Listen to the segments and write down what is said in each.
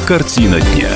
Картина дня.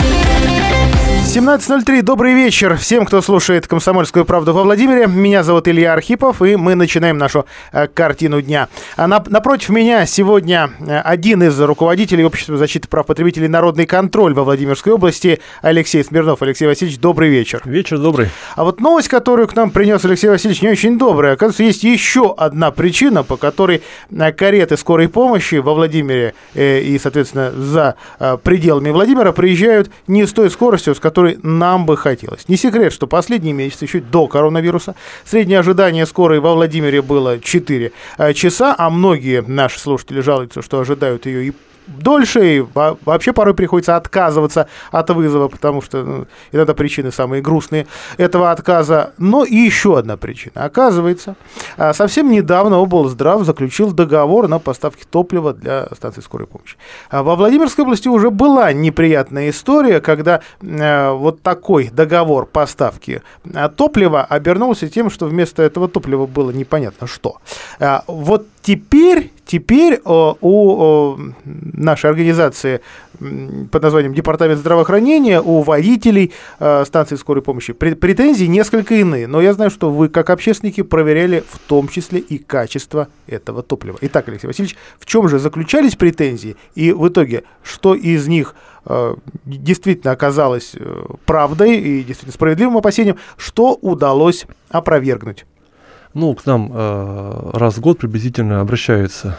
17:03. Добрый вечер всем, кто слушает «Комсомольскую правду» во Владимире. Меня зовут Илья Архипов, и мы начинаем нашу картину дня. Напротив меня сегодня один из руководителей Общества защиты прав потребителей «Народный контроль» во Владимирской области Алексей Смирнов. Алексей Васильевич, добрый вечер. Вечер добрый. А вот новость, которую к нам принес Алексей Васильевич, не очень добрая. Оказывается, есть еще одна причина, по которой кареты скорой помощи во Владимире и, соответственно, за пределами Владимира приезжают не с той скоростью, с которой нам бы хотелось. Не секрет, что последние месяцы, еще до коронавируса, среднее ожидание скорой во Владимире было 4 часа, а многие наши слушатели жалуются, что ожидают ее и дольше, и вообще порой приходится отказываться от вызова, потому что иногда причины самые грустные этого отказа. Но и еще одна причина. Оказывается, совсем недавно облздрав заключил договор на поставки топлива для станции скорой помощи. Во Владимирской области уже была неприятная история, когда вот такой договор поставки топлива обернулся тем, что вместо этого топлива было непонятно что. Вот теперь у нашей организации под названием Департамент здравоохранения, у водителей станции скорой помощи претензии несколько иные. Но я знаю, что вы, как общественники, проверяли в том числе и качество этого топлива. Итак, Алексей Васильевич, в чем же заключались претензии? И в итоге, что из них действительно оказалось правдой и действительно справедливым опасением, что удалось опровергнуть? К нам раз в год приблизительно обращаются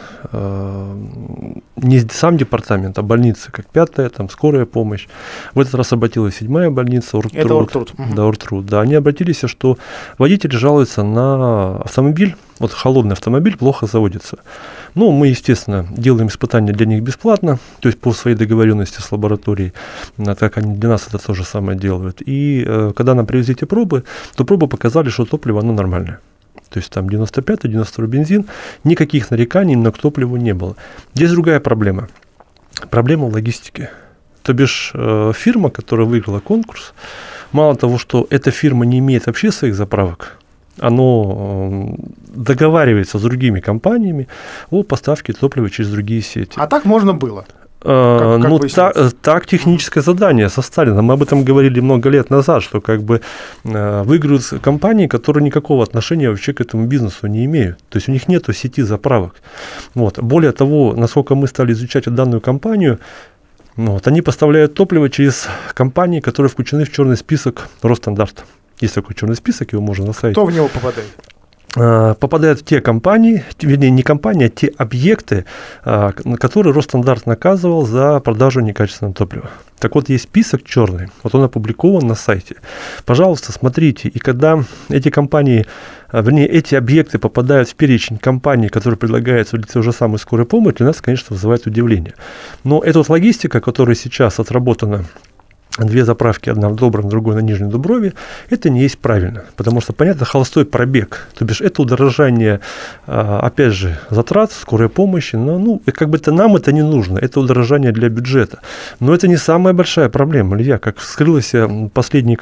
не сам департамент, а больницы, как 5-я, там скорая помощь. В этот раз обратилась 7-я больница, Оргтруд. Да, они обратились, что водители жалуются на автомобиль, вот холодный автомобиль плохо заводится. Мы, естественно, делаем испытания для них бесплатно, то есть по своей договоренности с лабораторией, так они для нас это то же самое делают. И когда нам привезли эти пробы, то пробы показали, что топливо, оно нормальное. То есть там 95-й, 92-й бензин, никаких нареканий на к топливу не было. Здесь другая проблема. Проблема логистики. То бишь фирма, которая выиграла конкурс, мало того, что эта фирма не имеет вообще своих заправок, оно договаривается с другими компаниями о поставке топлива через другие сети. А так можно было? Так техническое задание составлено. Мы об этом говорили много лет назад, что выиграют компании, которые никакого отношения вообще к этому бизнесу не имеют. То есть у них нет сети заправок. Более того, насколько мы стали изучать данную компанию, они поставляют топливо через компании, которые включены в черный список Росстандарта. Есть такой черный список, его можно на сайте. Кто в него попадает? Попадают в те компании, вернее, не компании, а те объекты, на которые Росстандарт наказывал за продажу некачественного топлива. Так вот, есть список черный, он опубликован на сайте. Пожалуйста, смотрите, и когда эти компании, эти объекты попадают в перечень компаний, которые предлагаются для той же самой скорой помощи, для нас, конечно, вызывает удивление. Но эта логистика, которая сейчас отработана, 2 заправки, одна в Добром, другой на Нижней Дуброве, это не есть правильно, потому что, понятно, холостой пробег, то бишь это удорожание, опять же, затрат скорой помощи, но нам это не нужно, это удорожание для бюджета. Но это не самая большая проблема, Илья, как вскрылось последние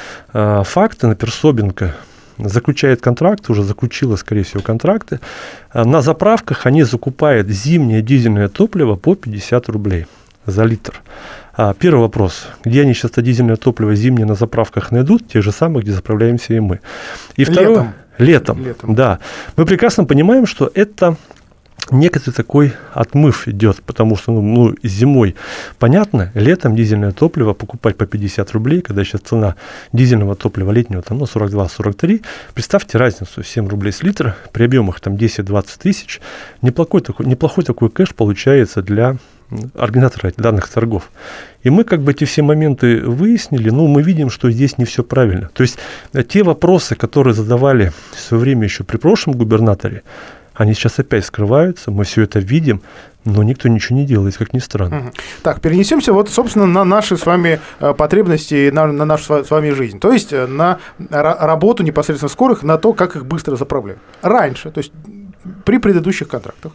факты, например, Собинка заключает контракты, уже заключила, скорее всего, контракты, на заправках они закупают зимнее дизельное топливо по 50 рублей за литр. Первый вопрос. Где они сейчас это дизельное топливо зимнее на заправках найдут? Тех же самых, где заправляемся и мы. И второе. Летом. Да. Мы прекрасно понимаем, что это некоторый такой отмыв идет, потому что зимой, понятно, летом дизельное топливо покупать по 50 рублей, когда сейчас цена дизельного топлива летнего 42-43, представьте разницу, 7 рублей с литра, при объемах 10-20 тысяч, неплохой такой кэш получается для организатора данных торгов. И мы эти все моменты выяснили, мы видим, что здесь не все правильно. То есть те вопросы, которые задавали в свое время еще при прошлом губернаторе, они сейчас опять скрываются, мы все это видим, но никто ничего не делает, как ни странно. Так, перенесемся собственно, на наши с вами потребности, на нашу с вами жизнь. То есть на работу непосредственно скорых, на то, как их быстро заправляют. Раньше, то есть при предыдущих контрактах.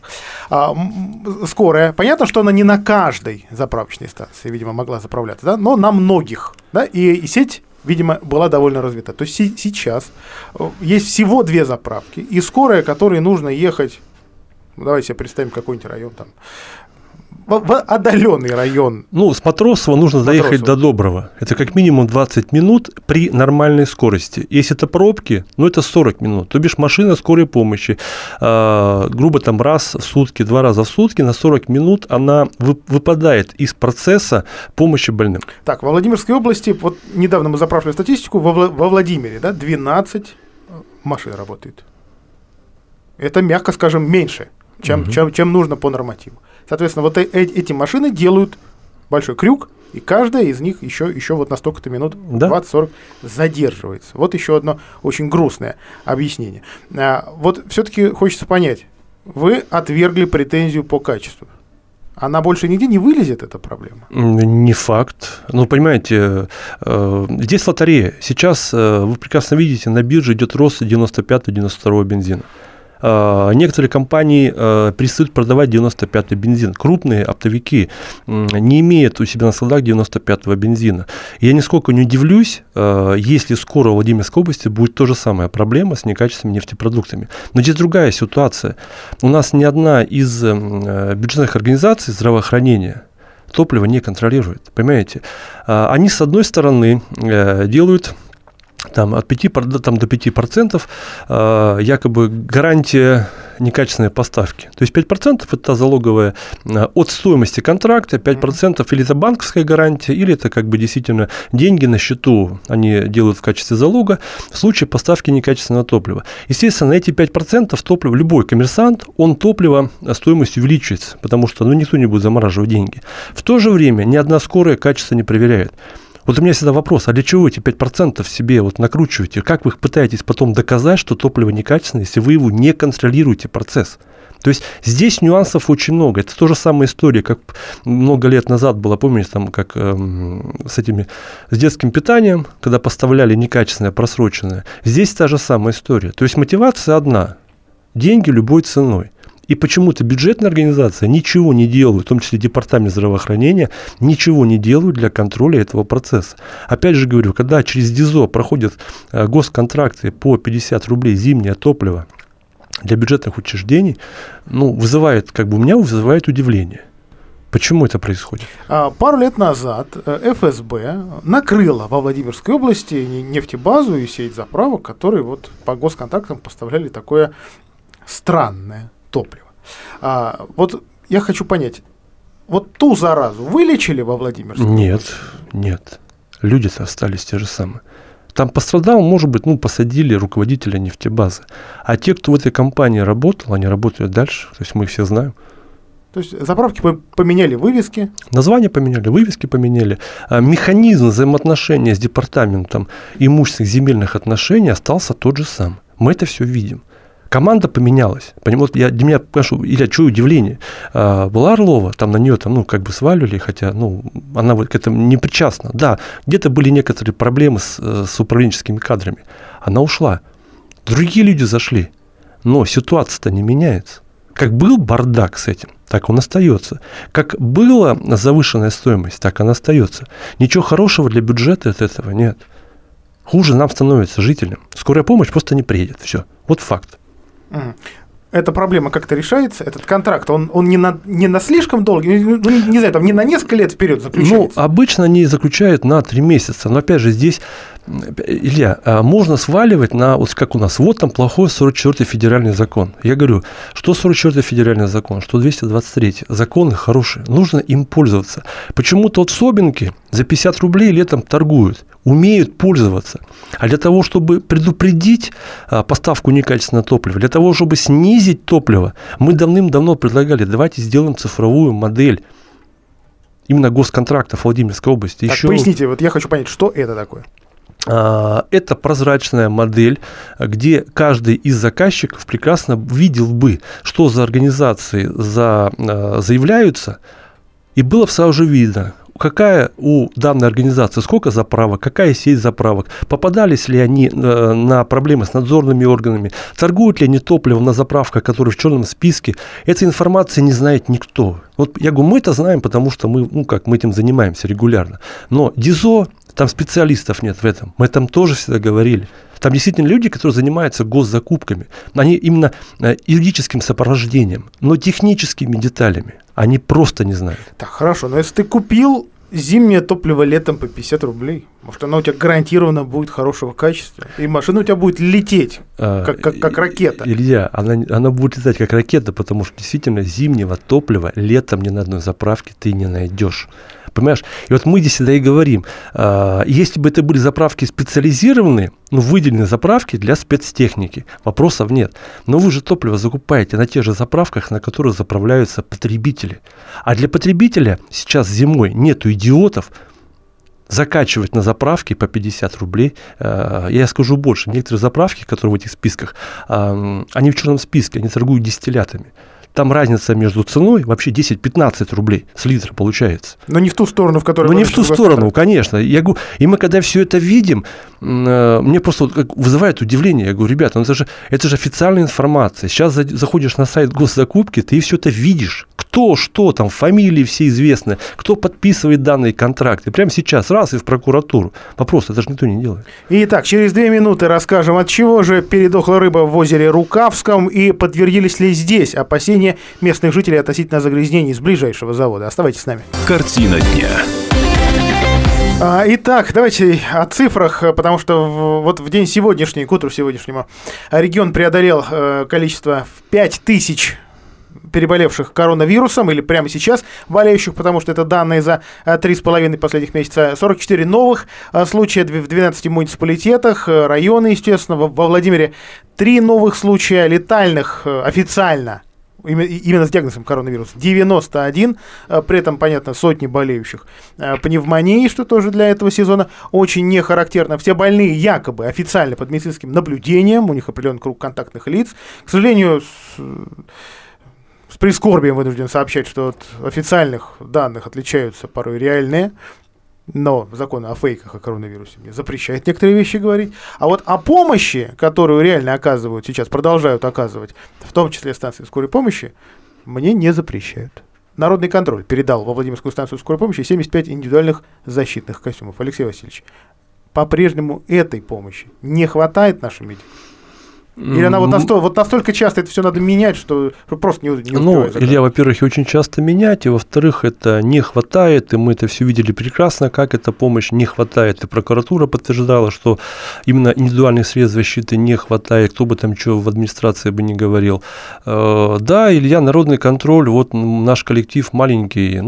Скорая, понятно, что она не на каждой заправочной станции, видимо, могла заправляться, да, но на многих, да, и сеть, видимо, была довольно развита. То есть сейчас есть всего 2 заправки, и скорая, которой нужно ехать, давайте себе представим какой-нибудь район, там, в отдаленный район. Ну, с Матросова нужно доехать до Доброго. Это как минимум 20 минут при нормальной скорости. Если это пробки, ну, это 40 минут. То бишь машина скорой помощи, грубо там раз в сутки, 2 раза в сутки, на 40 минут она выпадает из процесса помощи больным. Так, во Владимирской области, вот недавно мы запрашивали статистику, во Владимире, да, 12 машин работает. Это, мягко скажем, меньше, чем нужно по нормативу. Соответственно, вот эти машины делают большой крюк, и каждая из них еще вот на столько-то минут, 20-40, задерживается. Вот еще одно очень грустное объяснение. Вот все-таки хочется понять, вы отвергли претензию по качеству. Она больше нигде не вылезет, эта проблема? Не факт. Ну, понимаете, здесь лотерея. Сейчас, вы прекрасно видите, на бирже идет рост 95-92 бензина. Некоторые компании перестают продавать 95-й бензин. Крупные оптовики не имеют у себя на складах 95-го бензина. Я нисколько не удивлюсь, если скоро в Владимирской области будет то же самое проблема с некачественными нефтепродуктами. Но здесь другая ситуация. У нас ни одна из бюджетных организаций здравоохранения топливо не контролирует. Понимаете? Они, с одной стороны, делают там, от 5 до 5% якобы гарантия некачественной поставки. То есть 5% это залоговая от стоимости контракта, 5% или это банковская гарантия, или это как бы действительно деньги на счету они делают в качестве залога в случае поставки некачественного топлива. Естественно, на эти 5% топлива, любой коммерсант, он топливо стоимость увеличивается, потому что никто не будет замораживать деньги. В то же время ни одна скорая качество не проверяет. Вот у меня всегда вопрос, а для чего эти 5% себе вот накручиваете? Как вы пытаетесь потом доказать, что топливо некачественное, если вы его не контролируете процесс? То есть здесь нюансов очень много. Это та же самая история, как много лет назад было, помните, там, как с детским питанием, когда поставляли некачественное, просроченное. Здесь та же самая история. То есть мотивация одна – деньги любой ценой. И почему-то бюджетная организация ничего не делает, в том числе департамент здравоохранения, ничего не делают для контроля этого процесса. Опять же говорю, когда через ДИЗО проходят госконтракты по 50 рублей зимнее топливо для бюджетных учреждений, ну, вызывает, как бы у меня вызывает удивление. Почему это происходит? Пару лет назад ФСБ накрыла во Владимирской области нефтебазу и сеть заправок, которые вот по госконтрактам поставляли такое странное топливо. Вот я хочу понять, вот ту заразу вылечили во Владимирской области? Нет. Люди-то остались те же самые. Там пострадал, может быть, посадили руководителя нефтебазы. А те, кто в этой компании работал, они работают дальше. То есть мы их все знаем. То есть заправки поменяли вывески? Названия поменяли, вывески поменяли. Механизм взаимоотношения с департаментом имущественных земельных отношений остался тот же самый. Мы это все видим. Команда поменялась. Для меня, конечно, Илья, что удивление. Была Орлова, там на нее сваливали, хотя она к этому не причастна. Да, где-то были некоторые проблемы с управленческими кадрами. Она ушла. Другие люди зашли. Но ситуация-то не меняется. Как был бардак с этим, так он остается. Как была завышенная стоимость, так она остается. Ничего хорошего для бюджета от этого нет. Хуже нам становится, жителям. Скорая помощь просто не приедет. Все. Вот факт. Эта проблема как-то решается? Этот контракт, он не на слишком долгий, не знаю, там не на несколько лет вперед заключается? Обычно они заключают на 3 месяца. Но опять же, здесь, Илья, можно сваливать на, вот как у нас, вот там плохой 44-й федеральный закон. Я говорю, что 44-й федеральный закон, что 223-й. Законы хорошие, нужно им пользоваться. Почему-то вот Собинки за 50 рублей летом торгуют, умеют пользоваться. А для того, чтобы предупредить поставку некачественного топлива, для того, чтобы снизить топливо, мы давным-давно предлагали, давайте сделаем цифровую модель именно госконтрактов Владимирской области. Так, поясните, вот я хочу понять, что это такое? Это прозрачная модель, где каждый из заказчиков прекрасно видел бы, что за организации заявляются, и было бы сразу же видно, какая у данной организации, сколько заправок, какая сеть заправок, попадались ли они на проблемы с надзорными органами, торгуют ли они топливом на заправках, которые в черном списке. Этой информации не знает никто. Вот я говорю, мы это знаем, потому что мы этим занимаемся регулярно. Но ДИЗО, там специалистов нет в этом. Мы там тоже всегда говорили. Там действительно люди, которые занимаются госзакупками. Они именно юридическим сопровождением, но техническими деталями они просто не знают. Так, хорошо, но если ты купил зимнее топливо летом по 50 рублей, может, оно у тебя гарантированно будет хорошего качества, и машина у тебя будет лететь, как ракета. Илья, она будет летать как ракета, потому что действительно зимнего топлива летом ни на одной заправке ты не найдешь. Понимаешь? И вот мы здесь всегда и говорим, если бы это были заправки специализированные, выделенные заправки для спецтехники, вопросов нет. Но вы же топливо закупаете на тех же заправках, на которых заправляются потребители. А для потребителя сейчас зимой нету идиотов закачивать на заправке по 50 рублей. Я скажу больше, некоторые заправки, которые в этих списках, они в черном списке, они торгуют дистиллятами. Там разница между ценой вообще 10-15 рублей с литра получается. Но не в ту сторону, в которую... Но не в ту сторону, конечно. Я говорю, и мы когда все это видим, мне просто вызывает удивление. Я говорю, ребята, это же официальная информация. Сейчас заходишь на сайт госзакупки, ты все это видишь. Кто, что там, фамилии все известны, кто подписывает данные контракты. Прямо сейчас раз и в прокуратуру. Вопрос, это же никто не делает. Итак, через 2 минуты расскажем, от чего же передохла рыба в озере Рукавском и подтвердились ли здесь опасения местных жителей относительно загрязнений с ближайшего завода. Оставайтесь с нами. Картина дня. Итак, давайте о цифрах, потому что вот в день сегодняшний, к утру сегодняшнему, регион преодолел количество в 5000 переболевших коронавирусом, или прямо сейчас болеющих, потому что это данные за 3,5 последних месяца. 44 новых случая в 12 муниципалитетах, районы, естественно, во Владимире 3 новых случая летальных официально, именно с диагнозом коронавирус, 91, при этом, понятно, сотни болеющих пневмонией, что тоже для этого сезона очень не характерно. Все больные якобы официально под медицинским наблюдением, у них определенный круг контактных лиц. К сожалению, с прискорбием вынужден сообщать, что от официальных данных отличаются порой реальные, но закон о фейках о коронавирусе мне запрещает некоторые вещи говорить. А вот о помощи, которую реально оказывают сейчас, продолжают оказывать, в том числе станции скорой помощи, мне не запрещают. Народный контроль передал во Владимирскую станцию скорой помощи 75 индивидуальных защитных костюмов. Алексей Васильевич, по-прежнему этой помощи не хватает нашим медикам? Или она вот настолько часто это все надо менять, что просто не успевает? Илья, во-первых, очень часто менять, и во-вторых, это не хватает, и мы это все видели прекрасно, как эта помощь не хватает. И прокуратура подтверждала, что именно индивидуальных средств защиты не хватает, кто бы там что в администрации бы не говорил. Да, Илья, народный контроль, вот наш коллектив маленький,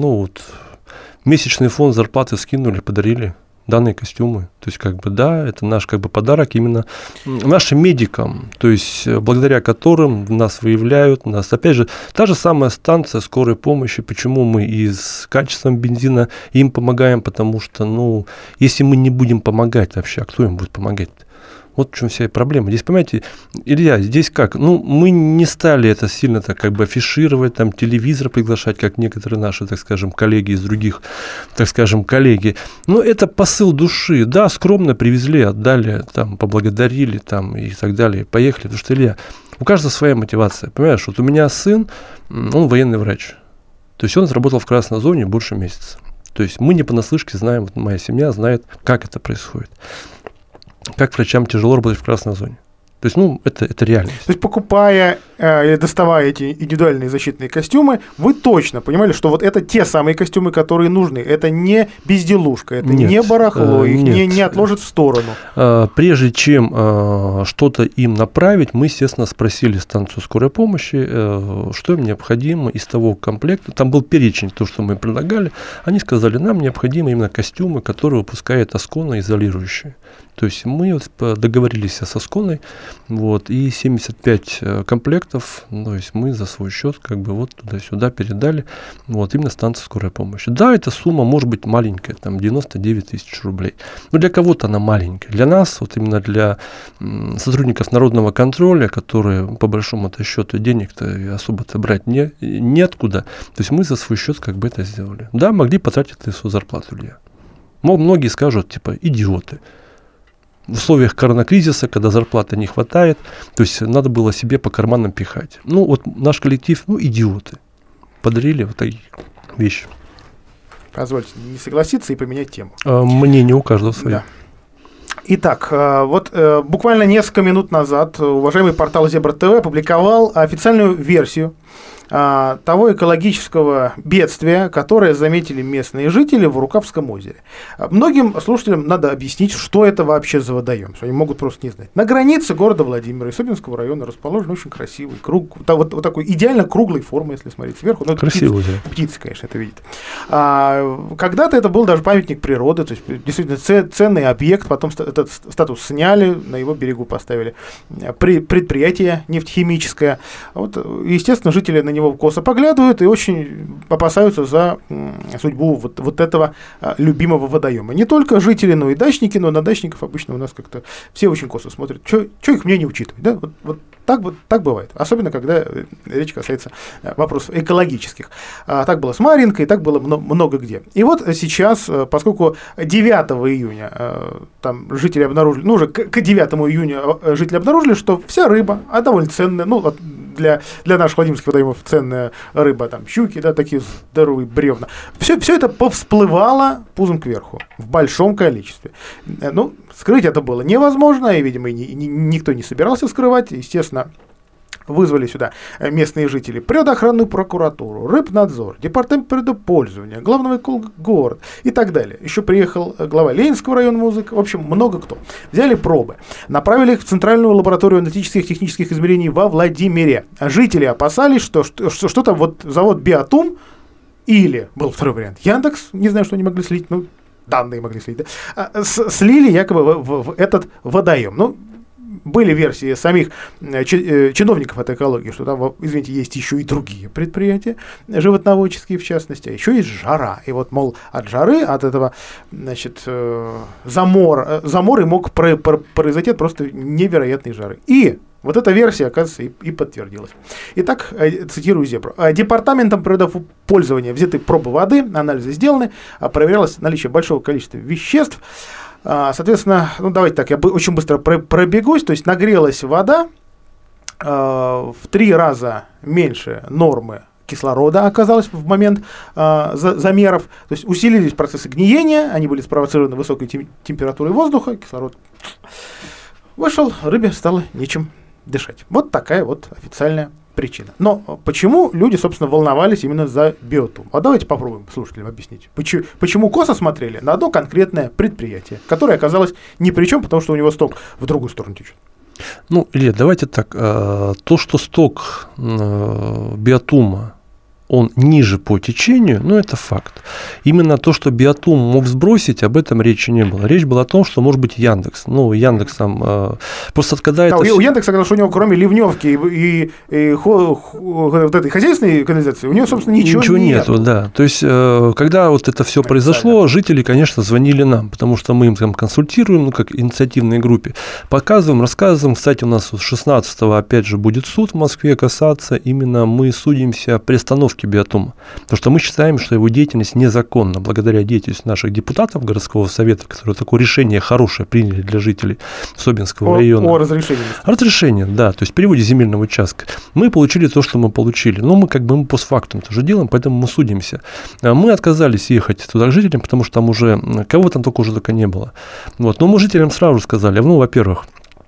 месячный фонд зарплаты скинули, подарили данные костюмы. То есть, да, это наш подарок именно нашим медикам, то есть, благодаря которым нас выявляют, опять же, та же самая станция скорой помощи, почему мы и с качеством бензина им помогаем, потому что, если мы не будем помогать вообще, а кто им будет помогать? Вот в чем вся проблема. Здесь, понимаете, Илья, здесь как? Мы не стали это сильно афишировать, телевизор приглашать, как некоторые наши, так скажем, коллеги из других, так скажем, коллеги. Но это посыл души. Да, скромно привезли, отдали, поблагодарили и так далее. Поехали. Потому что, Илья, у каждого своя мотивация. Понимаешь, вот у меня сын, он военный врач. То есть он отработал в красной зоне больше месяца. То есть мы не понаслышке знаем, вот моя семья знает, как это происходит. Как врачам тяжело работать в красной зоне. То есть, это реальность. То есть, покупая или доставая эти индивидуальные защитные костюмы, вы точно понимали, что вот это те самые костюмы, которые нужны. Это не безделушка, это не барахло, их не отложат в сторону. Прежде чем что-то им направить, мы, естественно, спросили станцию скорой помощи, что им необходимо из того комплекта. Там был перечень, то, что мы предлагали. Они сказали, нам необходимы именно костюмы, которые выпускает Аскона, изолирующие. То есть мы договорились с Асконой, и 75 комплектов, то есть мы за свой счет туда-сюда передали, именно станцию скорой помощи. Да, эта сумма может быть маленькая, 99 тысяч рублей. Но для кого-то она маленькая. Для нас, именно для сотрудников народного контроля, которые по большому-то счету денег-то особо-то брать неоткуда, то есть мы за свой счет это сделали. Да, могли потратить на свою зарплату, Илья. Многие скажут, идиоты. В условиях коронакризиса, когда зарплаты не хватает, то есть надо было себе по карманам пихать. Наш коллектив, идиоты. Подарили вот такие вещи. Позвольте не согласиться и поменять тему. Мнение у каждого свое. Да. Итак, вот буквально несколько минут назад уважаемый портал Зебра ТВ опубликовал официальную версию того экологического бедствия, которое заметили местные жители в Урукавском озере. Многим слушателям надо объяснить, что это вообще за водоем, что они могут просто не знать. На границе города Владимира и Собинского района расположен очень красивый круг, вот такой идеально круглой формы, если смотреть сверху. Ну, красиво. Птицы, конечно, это видят. Когда-то это был даже памятник природы, то есть действительно ценный объект, потом этот статус сняли, на его берегу поставили предприятие нефтехимическое. Вот, естественно, жители на него косо поглядывают и очень опасаются за судьбу вот этого любимого водоема. Не только жители, но и дачники, но на дачников обычно у нас как-то все очень косо смотрят. Что их мне не учитывать? Да? Вот так бывает. Особенно, когда речь касается вопросов экологических. Так было с Марьинкой, так было много где. И вот сейчас, поскольку 9 июня там жители обнаружили, ну уже к 9 июня жители обнаружили, что вся рыба, довольно ценная, ну для наших владимирских водоемов ценная рыба, там щуки, да, такие здоровые бревна. Все это повсплывало пузом кверху в большом количестве. Ну, скрыть это было невозможно, и, видимо, никто не собирался скрывать. Естественно, вызвали сюда местные жители, природоохранную прокуратуру, Рыбнадзор, департамент природопользования, главного эколога города и так далее. Еще приехал глава Ленинского района музыки, в общем, много кто. Взяли пробы, направили их в Центральную лабораторию аналитических и технических измерений во Владимире. Жители опасались, что что-то вот завод Биотум или, был второй вариант, Яндекс, не знаю, что они могли слить, ну, данные могли слить, да, слили якобы в этот водоем. Ну, были версии самих чиновников от экологии, что там, извините, есть еще и другие предприятия, животноводческие в частности, а еще есть жара. И вот, мол, от жары, от этого, значит, замор и мог произойти от просто невероятной жары. И вот эта версия, оказывается, и подтвердилась. Итак, цитирую Зебру. Департаментом природопользования взяты пробы воды, анализы сделаны, проверялось наличие большого количества веществ. Соответственно, ну давайте так, я очень быстро пробегусь, то есть нагрелась вода в 3 раза меньше нормы кислорода оказалось в момент замеров, то есть усилились процессы гниения, они были спровоцированы высокой температурой воздуха, кислород вышел, рыбе стало нечем дышать. Вот такая вот официальная причина. Но почему люди, собственно, волновались именно за Биотум? А давайте попробуем слушателям объяснить. Почему косо смотрели на одно конкретное предприятие, которое оказалось ни при чем, потому что у него сток в другую сторону течет? Ну, Илья, давайте так. То, что сток Биотума, он ниже по течению, ну, это факт. Именно то, что Биотум мог сбросить, об этом речи не было. Речь была о том, что, может быть, Яндекс. Ну, Яндекс там... Просто когда да, это... У Яндекса, что у него кроме ливневки и вот этой хозяйственной канализации, у него, собственно, ничего нету. Да. То есть, когда вот это все произошло, жители, конечно, звонили нам, потому что мы им там консультируем, ну, как инициативной группе, показываем, рассказываем. Кстати, у нас 16-го, опять же, будет суд в Москве касаться. Именно мы судимся о приостановке Биотума. Потому что мы считаем, что его деятельность незаконна. Благодаря деятельности наших депутатов городского совета, которые такое решение хорошее приняли для жителей Собинского района. О разрешении. Разрешение, да. То есть переводе земельного участка. Мы получили то, что мы получили. Но мы постфактум тоже делаем, поэтому мы судимся. Мы отказались ехать туда к жителям, потому что там уже, кого там только не было. Вот. Но мы жителям сразу сказали, ну, во-первых,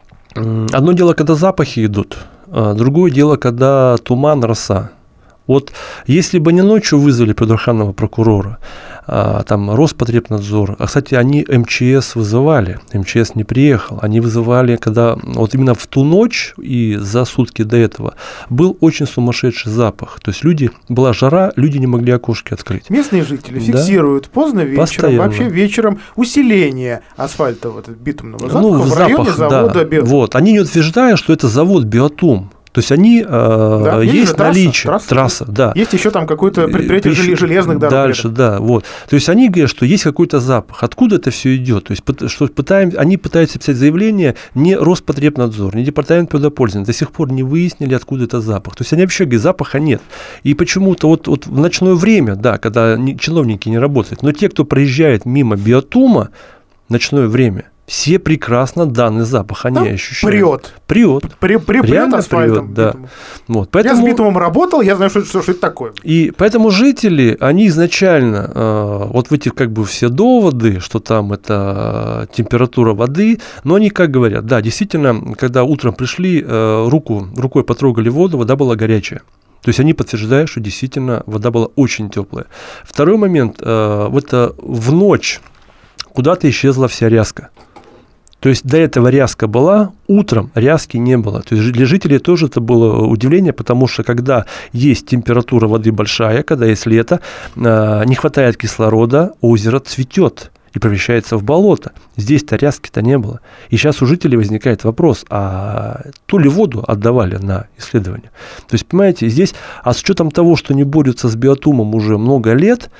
одно дело, когда запахи идут, другое дело, когда туман, роса. Вот если бы не ночью вызвали природоохранного прокурора, там Роспотребнадзор, кстати, они МЧС вызывали, МЧС не приехал, они вызывали, когда вот именно в ту ночь и за сутки до этого был очень сумасшедший запах, то есть была жара, люди не могли окошки открыть. Местные жители фиксируют поздно вечером, постоянно. Вообще вечером усиление асфальта, вот, битумного запаха в районе завода Биотум. Вот, они не утверждают, что это завод Биотум. То есть они есть наличие, трасса, да. Есть еще там какое-то предприятие железных дорог. Дальше, да, вот. То есть они говорят, что есть какой-то запах. Откуда это все идет? То есть они пытаются писать заявление, не Роспотребнадзор, не департамент природопользования до сих пор не выяснили, откуда это запах. То есть они вообще говорят, запаха нет. И почему-то вот в ночное время, да, когда чиновники не работают, но те, кто проезжает мимо Биотума, ночное время, все прекрасно данный запах они ощущают. Прет Реально асфальтом. прет, да. Вот, поэтому... Я с битумом работал, я знаю, что это такое. И поэтому жители, они изначально, вот в эти как бы все доводы, что там это температура воды, но они как говорят, да, действительно, когда утром пришли, рукой потрогали воду, вода была горячая. То есть они подтверждают, что действительно вода была очень теплая. Второй момент, это в ночь куда-то исчезла вся ряска. То есть до этого ряска была, утром ряски не было. То есть для жителей тоже это было удивление, потому что когда есть температура воды большая, когда есть лето, не хватает кислорода, озеро цветет и превращается в болото. Здесь-то ряски-то не было. И сейчас у жителей возникает вопрос, а ту ли воду отдавали на исследование? То есть, понимаете, здесь, а с учетом того, что они борются с биотумом уже много лет,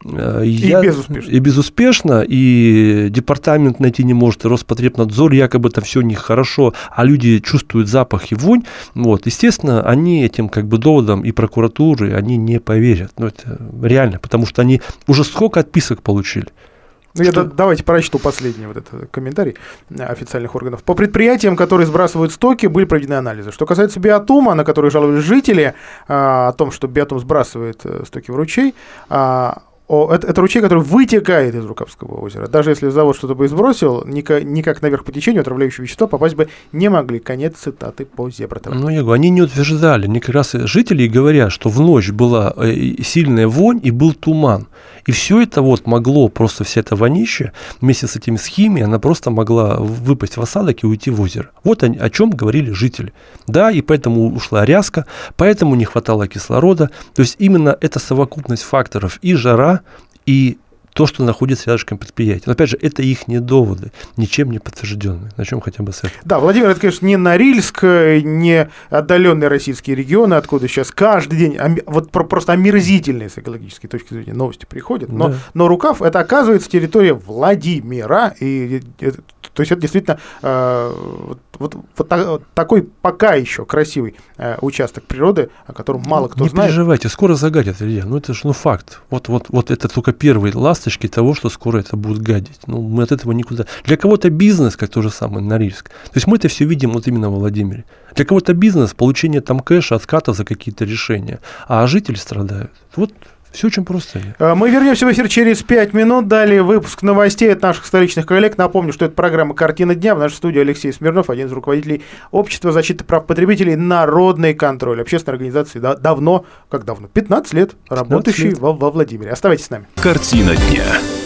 и безуспешно, и департамент найти не может, и Роспотребнадзор, якобы там все нехорошо, а люди чувствуют запах и вонь, вот, естественно, они этим как бы доводам и прокуратуры, они не поверят, это реально, потому что они уже сколько отписок получили. Давайте прочту последний вот этот комментарий официальных органов. По предприятиям, которые сбрасывают стоки, были проведены анализы. Что касается биотума, на который жаловались жители, о том, что биотум сбрасывает стоки в ручей, это ручей, который вытекает из Рукавского озера. Даже если завод что-то бы и сбросил, никак наверх по течению отравляющие вещества попасть бы не могли. Конец цитаты по Зебра ТВ. Ну, я говорю, они не утверждали. Они как раз жители говорят, что в ночь была сильная вонь и был туман. И все это вот могло, просто вся эта вонища вместе с этими схемами, она просто могла выпасть в осадок и уйти в озеро. Вот о чем говорили жители. Да, и поэтому ушла ряска, поэтому не хватало кислорода. То есть именно эта совокупность факторов и жара, и то, что находится рядышком предприятия. Но опять же, это их не доводы, ничем не подтвержденные. Начнем хотя бы с этого. Да, Владимир, это, конечно, не Норильск, не отдаленные российские регионы, откуда сейчас каждый день вот просто омерзительные с экологической точки зрения новости приходят. Но Рукав — это, оказывается, территория Владимира. И, то есть это действительно такой пока еще красивый участок природы, о котором мало кто знает. Не переживайте, скоро загадят, Илья. Это же факт. Вот это только первый ласточки того, что скоро это будет гадить. Мы от этого никуда. Для кого-то бизнес, как то же самое Норильск. То есть мы это все видим вот именно в Владимире. Для кого-то бизнес, получение там кэша, откатов за какие-то решения. А жители страдают. Вот все очень просто. Мы вернемся в эфир через 5 минут. Далее выпуск новостей от наших столичных коллег. Напомню, что это программа «Картина дня». В нашей студии Алексей Смирнов, один из руководителей Общества защиты прав потребителей «Народный контроль». Общественной организации давно, 15 лет, работающей во Владимире. Оставайтесь с нами. «Картина дня».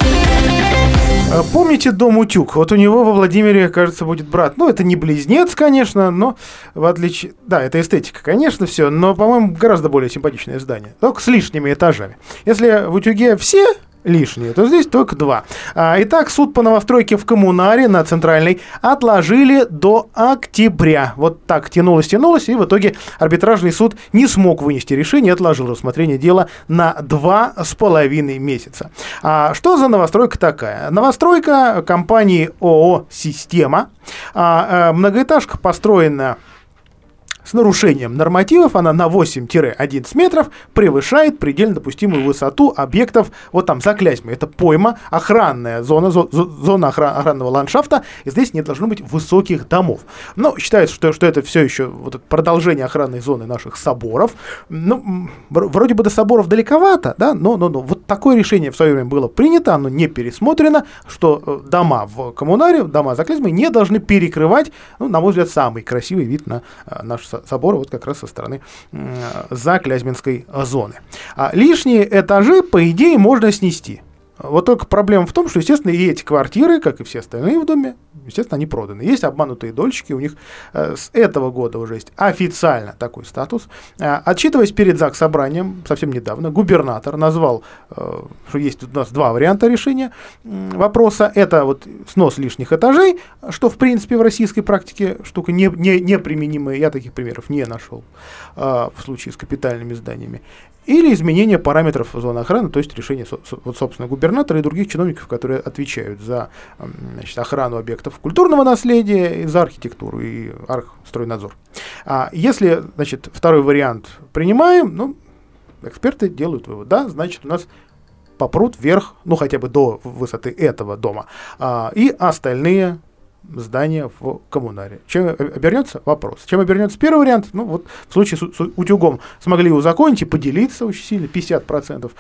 Помните дом «Утюг»? Вот у него во Владимире, кажется, будет брат. Это не близнец, конечно, но в отличие... Да, это эстетика, конечно, все, но, по-моему, гораздо более симпатичное здание. Только с лишними этажами. Если в «Утюге» все лишние, то здесь только 2. Итак, суд по новостройке в Коммунаре на Центральной отложили до октября. Вот так тянулось, и в итоге арбитражный суд не смог вынести решение, отложил рассмотрение дела на 2,5 месяца. Что за новостройка такая? Новостройка компании ООО «Система». Многоэтажка построена с нарушением нормативов, она на 8-11 метров превышает предельно допустимую высоту объектов, вот там за Клязьмой, это пойма, охранная зона, зона охранного ландшафта, и здесь не должно быть высоких домов. Но считается, что это все еще вот это продолжение охранной зоны наших соборов. Вроде бы до соборов далековато, да, но вот такое решение в свое время было принято, оно не пересмотрено, что дома в Коммунаре, дома за Клязьмой не должны перекрывать, на мой взгляд, самый красивый вид на наш собора, вот как раз со стороны Заклязьминской зоны. Лишние этажи, по идее, можно снести. Вот только проблема в том, что, естественно, и эти квартиры, как и все остальные в доме, естественно, они проданы. Есть обманутые дольщики, у них с этого года уже есть официально такой статус. Отчитываясь перед Заксобранием совсем недавно, губернатор назвал, что есть у нас 2 варианта решения вопроса. Это вот снос лишних этажей, что, в принципе, в российской практике штука неприменимая. Я таких примеров не нашел в случае с капитальными зданиями. Или изменение параметров зоны охраны, то есть решение, собственно, губернатора и других чиновников, которые отвечают за охрану объектов культурного наследия, и за архитектуру и Архстройнадзор. Если, второй вариант принимаем, эксперты делают вывод, да, значит, у нас попрут вверх, хотя бы до высоты этого дома, и остальные здание в коммунаре. Чем обернется? Вопрос. Чем обернется первый вариант? Ну, вот в случае с утюгом смогли узаконить и поделиться очень сильно, 50%.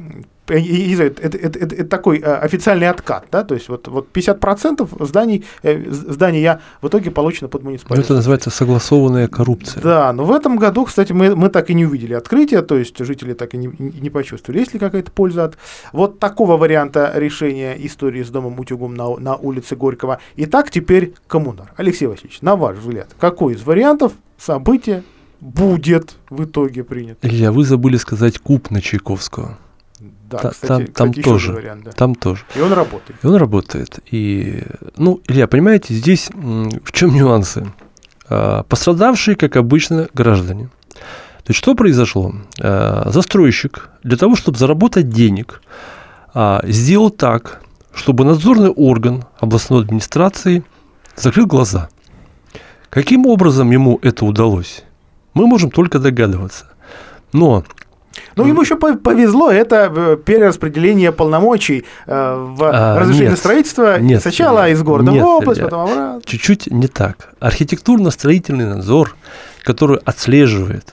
Это такой официальный откат, да, то есть вот 50% зданий я в итоге получено под муниципалитет. Это называется согласованная коррупция. Да, но в этом году, кстати, мы так и не увидели открытия, то есть жители так и не почувствовали, есть ли какая-то польза от вот такого варианта решения истории с домом-утюгом на улице Горького. Итак, теперь коммунар. Алексей Васильевич, на ваш взгляд, какой из вариантов события будет в итоге принято? Илья, вы забыли сказать куб на Чайковского. Да, кстати, тоже вариант, да. Там тоже. И он работает. И, Илья, понимаете, здесь в чем нюансы? Пострадавшие, как обычно, граждане. То есть, что произошло? Застройщик для того, чтобы заработать денег, сделал так, чтобы надзорный орган областной администрации закрыл глаза. Каким образом ему это удалось? Мы можем только догадываться. Но ему еще повезло, это перераспределение полномочий в разрешение строительства сначала из города в область, потом обратно. Чуть-чуть не так. Архитектурно-строительный надзор, который отслеживает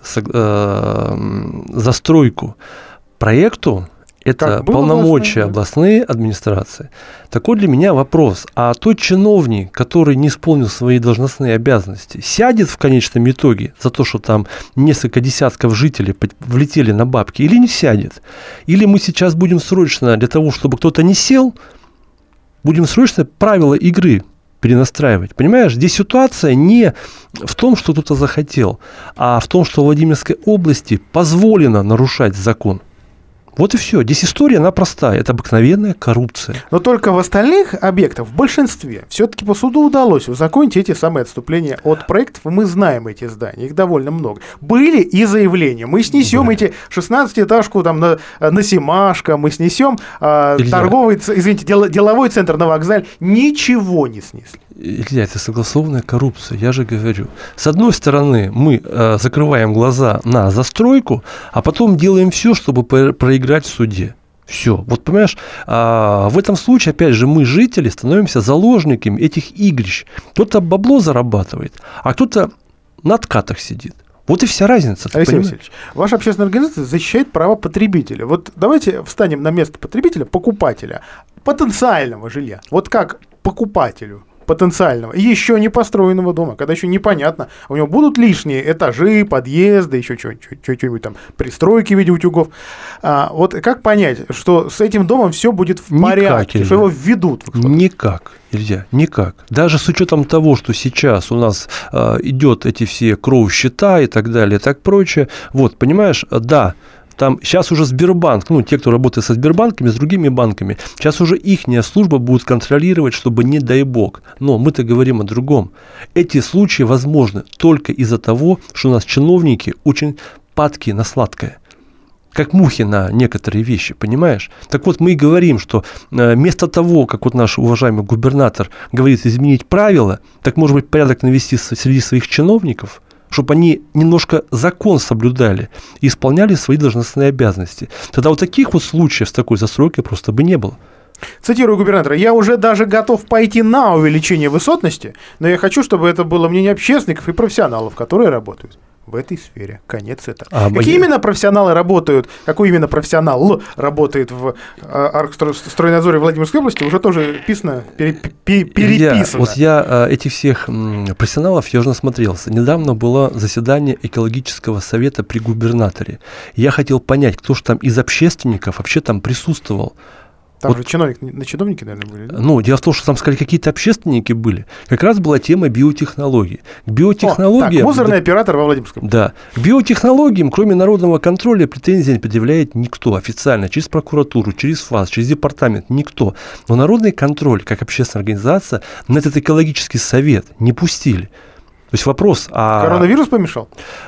застройку проекту, это полномочия областной администрации. Такой для меня вопрос. А тот чиновник, который не исполнил свои должностные обязанности, сядет в конечном итоге за то, что там несколько десятков жителей влетели на бабки, или не сядет? Или мы сейчас будем срочно, для того, чтобы кто-то не сел, будем срочно правила игры перенастраивать. Понимаешь, здесь ситуация не в том, что кто-то захотел, а в том, что в Владимирской области позволено нарушать закон. Вот и все. Здесь история, она простая. Это обыкновенная коррупция. Но только в остальных объектах, в большинстве, все-таки по суду удалось узаконить эти самые отступления от проектов. И мы знаем эти здания, их довольно много. Были и заявления. Мы снесем эти 16-этажку там, на Семашко, мы снесем деловой центр на вокзале. Ничего не снесли. Илья, это согласованная коррупция, я же говорю. С одной стороны, мы закрываем глаза на застройку, а потом делаем все, чтобы проиграть в суде. Все. Вот понимаешь, в этом случае, опять же, мы, жители, становимся заложниками этих игрищ. Кто-то бабло зарабатывает, а кто-то на откатах сидит. Вот и вся разница. Алексей Васильевич, ваша общественная организация защищает права потребителя. Вот давайте встанем на место потребителя, покупателя, потенциального жилья. Вот как покупателю потенциального, еще не построенного дома, когда еще непонятно, у него будут лишние этажи, подъезды, еще что-нибудь там, пристройки в виде утюгов. Вот как понять, что с этим домом все будет в порядке, Илья. Что его введут в эксплуатацию? Никак, Илья, никак. Даже с учетом того, что сейчас у нас идет эти все кроу-счета и так далее, и так прочее, вот, понимаешь, да, там сейчас уже Сбербанк, те, кто работает со Сбербанками, с другими банками, сейчас уже ихняя служба будет контролировать, чтобы не дай бог. Но мы-то говорим о другом. Эти случаи возможны только из-за того, что у нас чиновники очень падки на сладкое. Как мухи на некоторые вещи, понимаешь? Так вот, мы и говорим, что вместо того, как вот наш уважаемый губернатор говорит изменить правила, так, может быть, порядок навести среди своих чиновников, чтобы они немножко закон соблюдали и исполняли свои должностные обязанности. Тогда вот таких вот случаев с такой застройкой просто бы не было. Цитирую губернатора: «Я уже даже готов пойти на увеличение высотности, но я хочу, чтобы это было мнение общественников и профессионалов, которые работают в этой сфере». Конец это. Какие именно профессионалы работают, какой именно профессионал работает в стройнадзоре Владимирской области, уже тоже переписано. Вот я этих всех профессионалов я уже насмотрелся. Недавно было заседание экологического совета при губернаторе. Я хотел понять, кто же там из общественников вообще там присутствовал. Там же чиновники, наверное, были, да? Дело в том, что там, сказали, какие-то общественники были. Как раз была тема биотехнологий. Мусорный оператор во Владимирском. Да. К биотехнологиям, кроме народного контроля, претензий не предъявляет никто официально, через прокуратуру, через ФАС, через департамент, никто. Но народный контроль, как общественная организация, на этот экологический совет не пустили. То есть вопрос, коронавирус помешал?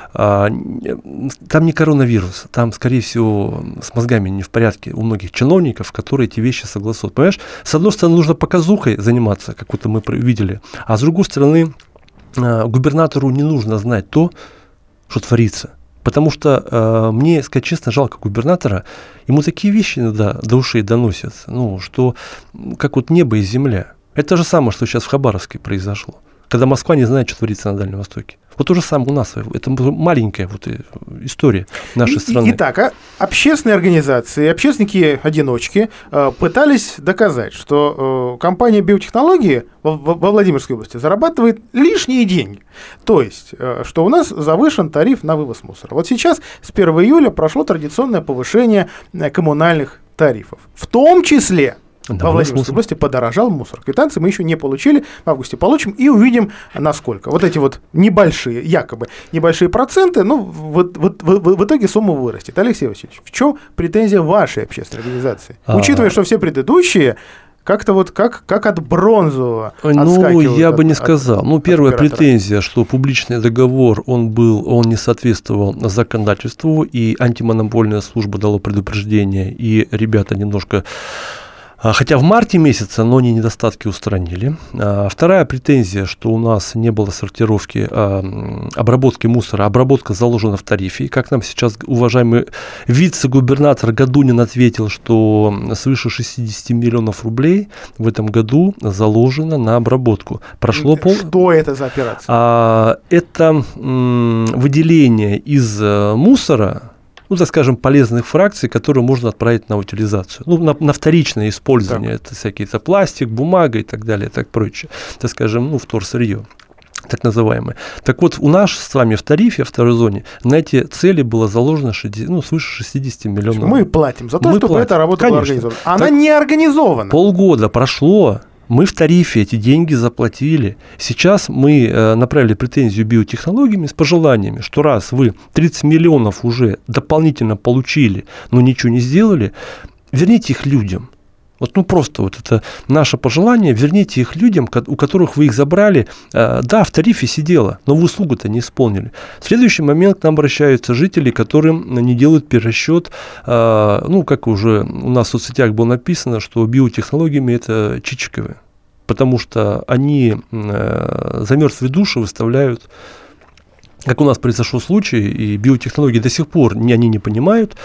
Там не коронавирус, там, скорее всего, с мозгами не в порядке у многих чиновников, которые эти вещи согласуют. Понимаешь, с одной стороны, нужно показухой заниматься, как вот мы видели, а с другой стороны, губернатору не нужно знать то, что творится. Потому что мне, сказать честно, жалко губернатора, ему такие вещи иногда до ушей доносят, что как вот небо и земля. Это же самое, что сейчас в Хабаровске произошло, когда Москва не знает, что творится на Дальнем Востоке. Вот то же самое у нас. Это маленькая вот история нашей страны. Итак, общественные организации, общественники-одиночки пытались доказать, что компания биотехнологии во Владимирской области зарабатывает лишние деньги. То есть, что у нас завышен тариф на вывоз мусора. Вот сейчас с 1 июля прошло традиционное повышение коммунальных тарифов. В том числе во Владимирской области подорожал мусор. Квитанции мы еще не получили, в августе получим и увидим, насколько. Вот эти вот небольшие, якобы небольшие проценты, ну, в итоге сумма вырастет. Алексей Васильевич, в чем претензия вашей общественной организации? Учитывая, что все предыдущие как-то вот как от бронзового отскакивают. Ну, я бы не сказал. Ну, первая претензия, что публичный договор, он не соответствовал законодательству, и антимонопольная служба дала предупреждение, и ребята немножко... Хотя в марте месяце, но они недостатки устранили. Вторая претензия, что у нас не было сортировки, обработки мусора. Обработка заложена в тарифе. И как нам сейчас уважаемый вице-губернатор Годунин ответил, что свыше 60 миллионов рублей в этом году заложено на обработку. Что это за операция? Это выделение из мусора, ну, так скажем, полезных фракций, которые можно отправить на утилизацию. Ну, на вторичное использование. Так. Это всякие пластик, бумага и так далее, и так прочее. Так скажем, ну, вторсырье, так называемое. Так вот, у нас с вами в тарифе, в второй зоне, на эти цели было заложено свыше 60 миллионов. Мы платим за то, чтобы эта работа была организована. Она не организована. Полгода прошло. Мы в тарифе эти деньги заплатили. Сейчас мы направили претензию биотехнологиями с пожеланиями, что раз вы 30 миллионов уже дополнительно получили, но ничего не сделали, верните их людям. Вот, ну, просто вот это наше пожелание, верните их людям, у которых вы их забрали. Да, в тарифе сидело, но вы услугу-то не исполнили. В следующий момент к нам обращаются жители, которым не делают перерасчет. Ну, как уже у нас в соцсетях было написано, что биотехнологиями это Чичиковы, потому что они за мертвые души выставляют, как у нас произошел случай, и биотехнологии до сих пор они не понимают,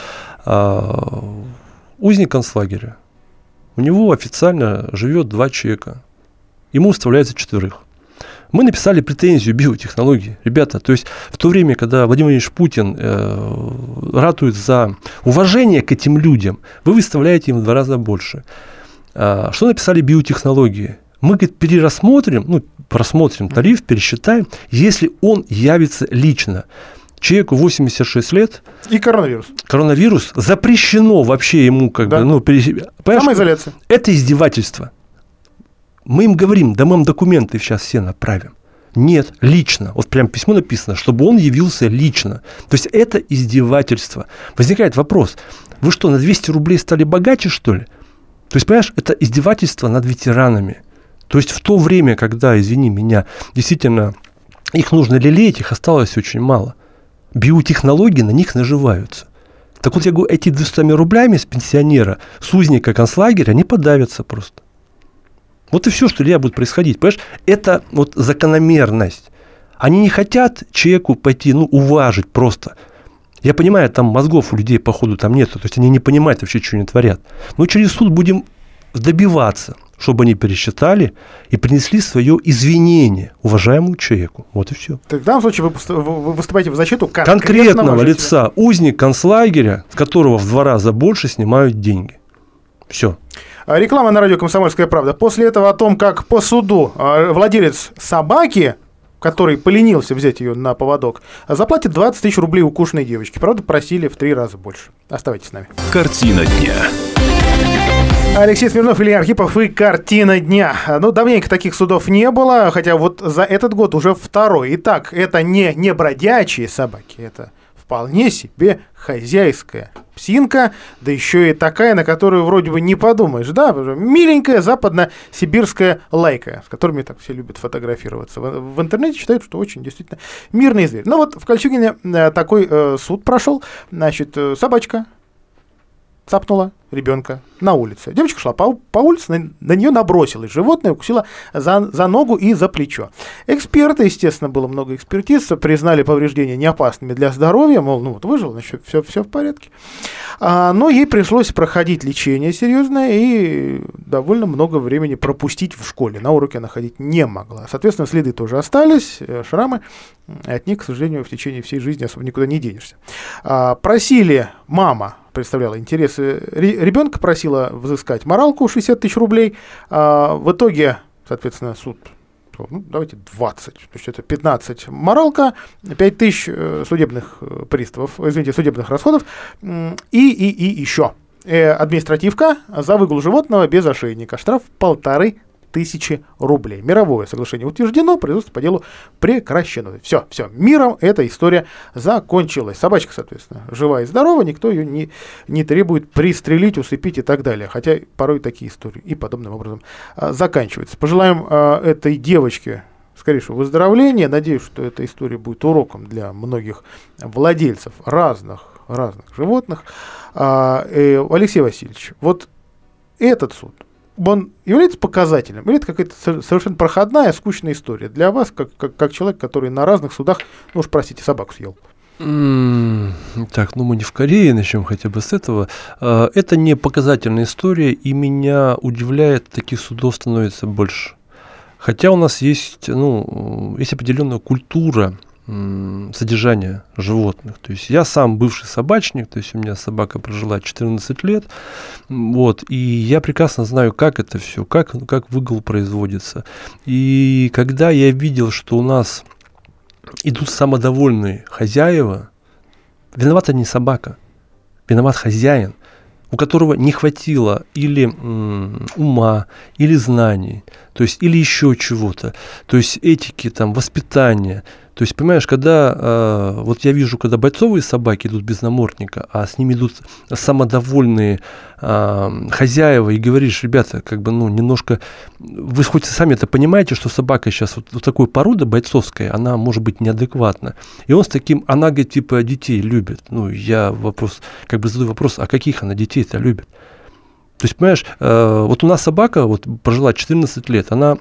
узник концлагеря. У него официально живет 2 человека. Ему выставляется 4. Мы написали претензию биотехнологии. Ребята, то есть в то время, когда Владимир Владимирович Путин ратует за уважение к этим людям, вы выставляете им в 2 раза больше. Что написали биотехнологии? Мы, говорит, просмотрим тариф, пересчитаем, если он явится лично. Человеку 86 лет. И коронавирус. Коронавирус запрещено вообще ему самоизоляция. Это издевательство. Мы им говорим, да мы вам документы сейчас все направим. Нет, лично. Вот прям письмо написано, чтобы он явился лично. То есть это издевательство. Возникает вопрос, вы что, на 200 рублей стали богаче, что ли? То есть, понимаешь, это издевательство над ветеранами. То есть в то время, когда, извини меня, действительно их нужно лелеять, их осталось очень мало. Биотехнологии на них наживаются. Так вот, я говорю, эти 200 рублями с пенсионера, с узника концлагеря, они подавятся просто. Вот и все, что Илья будет происходить. Понимаешь, это вот закономерность. Они не хотят человеку пойти, уважить просто. Я понимаю, там мозгов у людей, походу, там нету. То есть они не понимают вообще, что они творят. Но через суд будем добиваться, чтобы они пересчитали и принесли свое извинение уважаемому человеку. Вот и все. Так в данном случае вы выступаете в защиту конкретного лица, узник концлагеря, с которого в 2 раза больше снимают деньги. Все. Реклама на радио «Комсомольская правда». После этого о том, как по суду владелец собаки, который поленился взять ее на поводок, заплатит 20 тысяч рублей укушенной девочке. Правда, просили в 3 раза больше. Оставайтесь с нами. Картина дня. Алексей Смирнов, Илья Архипов и «Картина дня». Давненько таких судов не было, хотя вот за этот год уже 2-й. Итак, это не бродячие собаки, это вполне себе хозяйская псинка, да еще и такая, на которую вроде бы не подумаешь, да, миленькая западно-сибирская лайка, с которыми так все любят фотографироваться. В интернете считают, что очень действительно мирный зверь. Но вот в Кольчугине такой суд прошел, значит, собачка цапнула ребенка на улице. Девочка шла по улице, на нее набросилось животное, укусило за ногу и за плечо. Эксперты, естественно, было много экспертиз, признали повреждения неопасными для здоровья, мол, выжил, значит, все в порядке. Но ей пришлось проходить лечение серьезное и довольно много времени пропустить в школе. На уроки она ходить не могла. Соответственно, следы тоже остались, шрамы. От них, к сожалению, в течение всей жизни особо никуда не денешься. Просили, мама представляла интересы ребенка, просила взыскать моралку 60 тысяч рублей. В итоге, соответственно, суд... давайте 20, то есть это 15 моралка, 5 тысяч судебных судебных расходов и еще административка за выгул животного без ошейника, штраф 1500 рублей. Мировое соглашение утверждено, производство по делу прекращено. Все, миром эта история закончилась. Собачка, соответственно, жива и здорова, никто ее не требует пристрелить, усыпить и так далее. Хотя порой такие истории и подобным образом заканчиваются. Пожелаем этой девочке скорейшего выздоровления. Надеюсь, что эта история будет уроком для многих владельцев разных животных. Алексей Васильевич, вот этот суд, он является показателем, или это какая-то совершенно проходная, скучная история для вас, как человек, который на разных судах, ну уж простите, собаку съел? Так, мы не в Корее, начнем хотя бы с этого. Это не показательная история, и меня удивляет, таких судов становится больше. Хотя у нас есть определенная культура содержания животных. То есть я сам бывший собачник, то есть у меня собака прожила 14 лет, и я прекрасно знаю, как это все, как выгул производится. И когда я видел, что у нас идут самодовольные хозяева, виновата не собака, виноват хозяин, у которого не хватило или ума, или знаний, то есть или еще чего-то, то есть этики, воспитания. То есть, понимаешь, когда я вижу, когда бойцовые собаки идут без намордника, а с ними идут самодовольные хозяева, и говоришь, ребята, немножко, вы хоть сами это понимаете, что собака сейчас вот такой породы бойцовская, она может быть неадекватна. И он с таким, она, говорит, детей любит. Я задаю вопрос, а каких она детей-то любит? То есть, понимаешь, вот у нас собака прожила 14 лет, она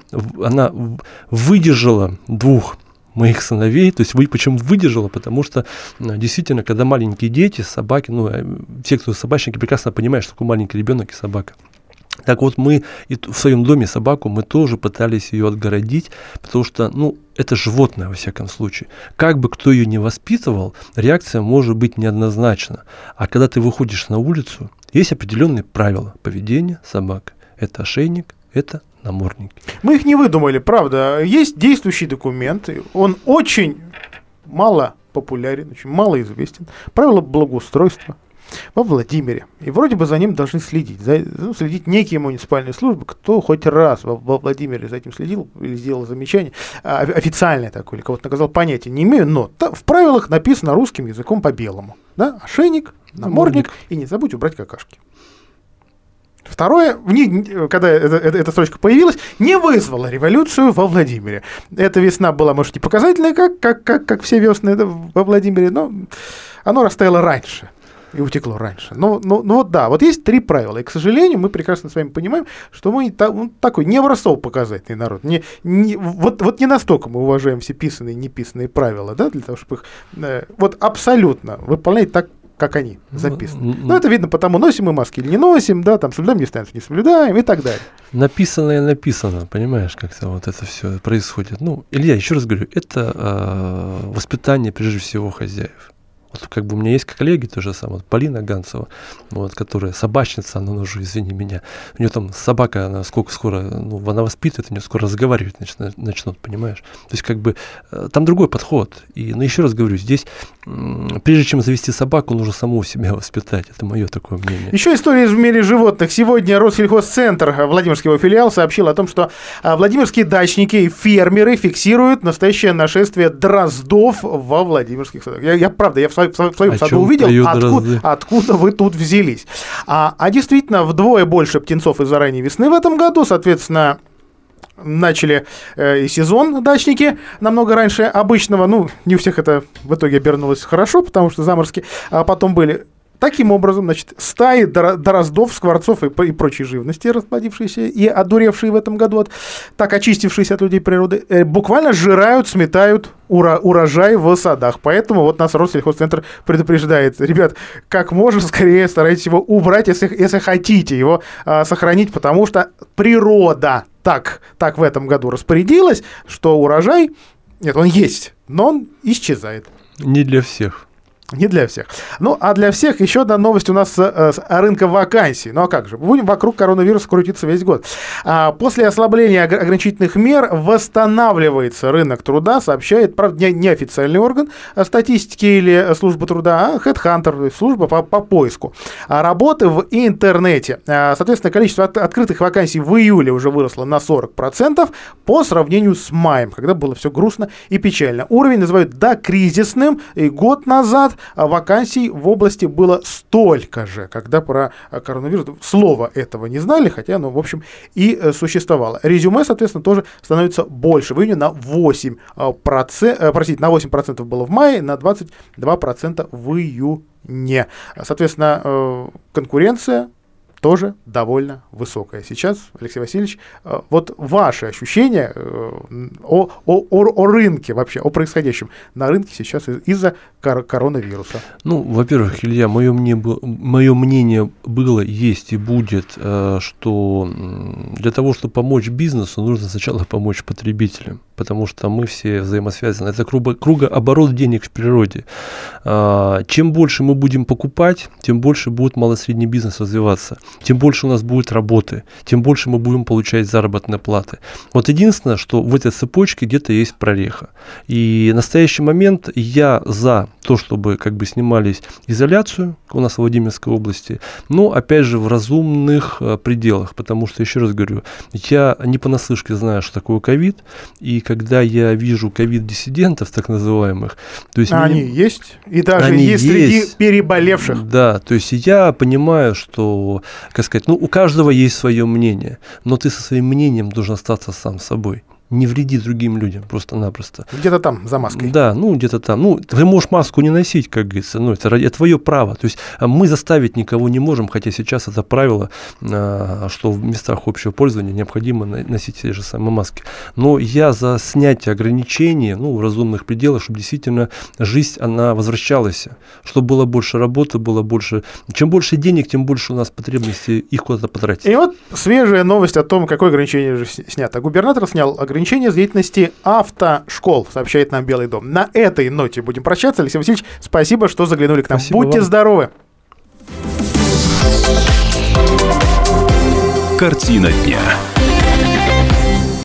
выдержала 2 моих сыновей, то есть почему выдержала, потому что действительно, когда маленькие дети, собаки, те, кто собачники, прекрасно понимают, что такое маленький ребенок и собака. Так вот, мы в своем доме собаку, мы тоже пытались ее отгородить, потому что, это животное, во всяком случае. Как бы кто ее не воспитывал, реакция может быть неоднозначна. А когда ты выходишь на улицу, есть определенные правила поведения собак. Это ошейник, это намордники. Мы их не выдумали, правда. Есть действующий документ, он очень мало популярен, очень мало известен. Правила благоустройства во Владимире. И вроде бы за ним должны следить. Следить некие муниципальные службы. Кто хоть раз во Владимире за этим следил или сделал замечание, официальное такое, или кого-то наказал, понятия не имею, но в правилах написано русским языком по-белому. Да? Ошейник, намордник и не забудь убрать какашки. Второе, когда эта строчка появилась, не вызвала революцию во Владимире. Эта весна была, может, не показательная, как все весны во Владимире, но оно растаяло раньше и утекло раньше. Вот есть 3 правила. И, к сожалению, мы прекрасно с вами понимаем, что мы такой не образцово-показательный народ. Не настолько мы уважаем все писанные и неписанные правила, да, для того, чтобы их абсолютно выполнять так, как они записаны. Это видно потому, носим мы маски или не носим, соблюдаем дистанцию, не соблюдаем и так далее. Написано, понимаешь, как-то это все происходит. Илья, еще раз говорю, это воспитание, прежде всего, хозяев. У меня есть коллеги, то же самое, Полина Ганцева, которая собачница, она уже, извини меня, у нее там собака, она скоро, она воспитывает, у нее скоро разговаривать начнут, понимаешь? То есть, там другой подход. Но еще раз говорю, здесь, прежде чем завести собаку, нужно самого себя воспитать. Это мое такое мнение. Еще история из мира животных. Сегодня Россельхозцентр, Владимирский его филиал, сообщил о том, что владимирские дачники и фермеры фиксируют настоящее нашествие дроздов во Владимирских садах. Я в своем саду увидел, откуда вы тут взялись. А действительно, вдвое больше птенцов из-за ранней весны в этом году, соответственно, начали и сезон дачники намного раньше обычного. Не у всех это в итоге обернулось хорошо, потому что заморозки потом были. Таким образом, значит, стаи дроздов, скворцов и прочей живности, расплодившиеся и одуревшие в этом году, так очистившиеся от людей природы, буквально сжирают, сметают урожай в садах. Поэтому вот нас Россельхозцентр предупреждает: ребят, как можно скорее старайтесь его убрать, если хотите его сохранить, потому что природа так в этом году распорядилась, что урожай, нет, он есть, но он исчезает. Не для всех. Не для всех. Ну, а для всех еще одна новость у нас с рынка вакансий. Ну, а как же? Будем вокруг коронавируса крутиться весь год. После ослабления ограничительных мер восстанавливается рынок труда, сообщает, правда, не официальный орган статистики или служба труда, а HeadHunter, то есть служба по поиску работы в интернете. Соответственно, количество открытых вакансий в июле уже выросло на 40% по сравнению с маем, когда было все грустно и печально. Уровень называют докризисным, и год назад вакансий в области было столько же, когда про коронавирус слова этого не знали, хотя оно, в общем, и существовало. Резюме, соответственно, тоже становится больше. В июне на 8%, на 8% было в мае, на 22% в июне. Соответственно, конкуренция тоже довольно высокая. Сейчас, Алексей Васильевич, вот ваши ощущения о рынке вообще, о происходящем на рынке сейчас из-за коронавируса. Ну, во-первых, Илья, мое мнение было, есть и будет, что для того, чтобы помочь бизнесу, нужно сначала помочь потребителям, потому что мы все взаимосвязаны. Это кругооборот денег в природе. Чем больше мы будем покупать, тем больше будет малый-средний бизнес развиваться. Тем больше у нас будет работы, тем больше мы будем получать заработные платы. Вот единственное, что в этой цепочке где-то есть прореха. И в настоящий момент я за то, чтобы снимались изоляцию у нас в Владимирской области, но опять же в разумных пределах, потому что, еще раз говорю, я не понаслышке знаю, что такое ковид, и когда я вижу ковид-диссидентов, так называемых, то есть они есть, и даже есть среди переболевших. Да, то есть я понимаю, что, у каждого есть свое мнение, но ты со своим мнением должен остаться сам собой. Не вреди другим людям просто-напросто. Где-то там, за маской. Да, где-то там. Ты можешь маску не носить, как говорится, это твое право. То есть мы заставить никого не можем, хотя сейчас это правило, что в местах общего пользования необходимо носить те же самые маски. Но я за снятие ограничений, в разумных пределах, чтобы действительно жизнь, она возвращалась, чтобы было больше работы, было больше... Чем больше денег, тем больше у нас потребности их куда-то потратить. И вот свежая новость о том, какое ограничение же снято. Губернатор снял ограничение с деятельности автошкол, сообщает нам Белый дом. На этой ноте будем прощаться. Алексей Васильевич, спасибо, что заглянули к нам. Спасибо Будьте вам. здоровы. Картина дня.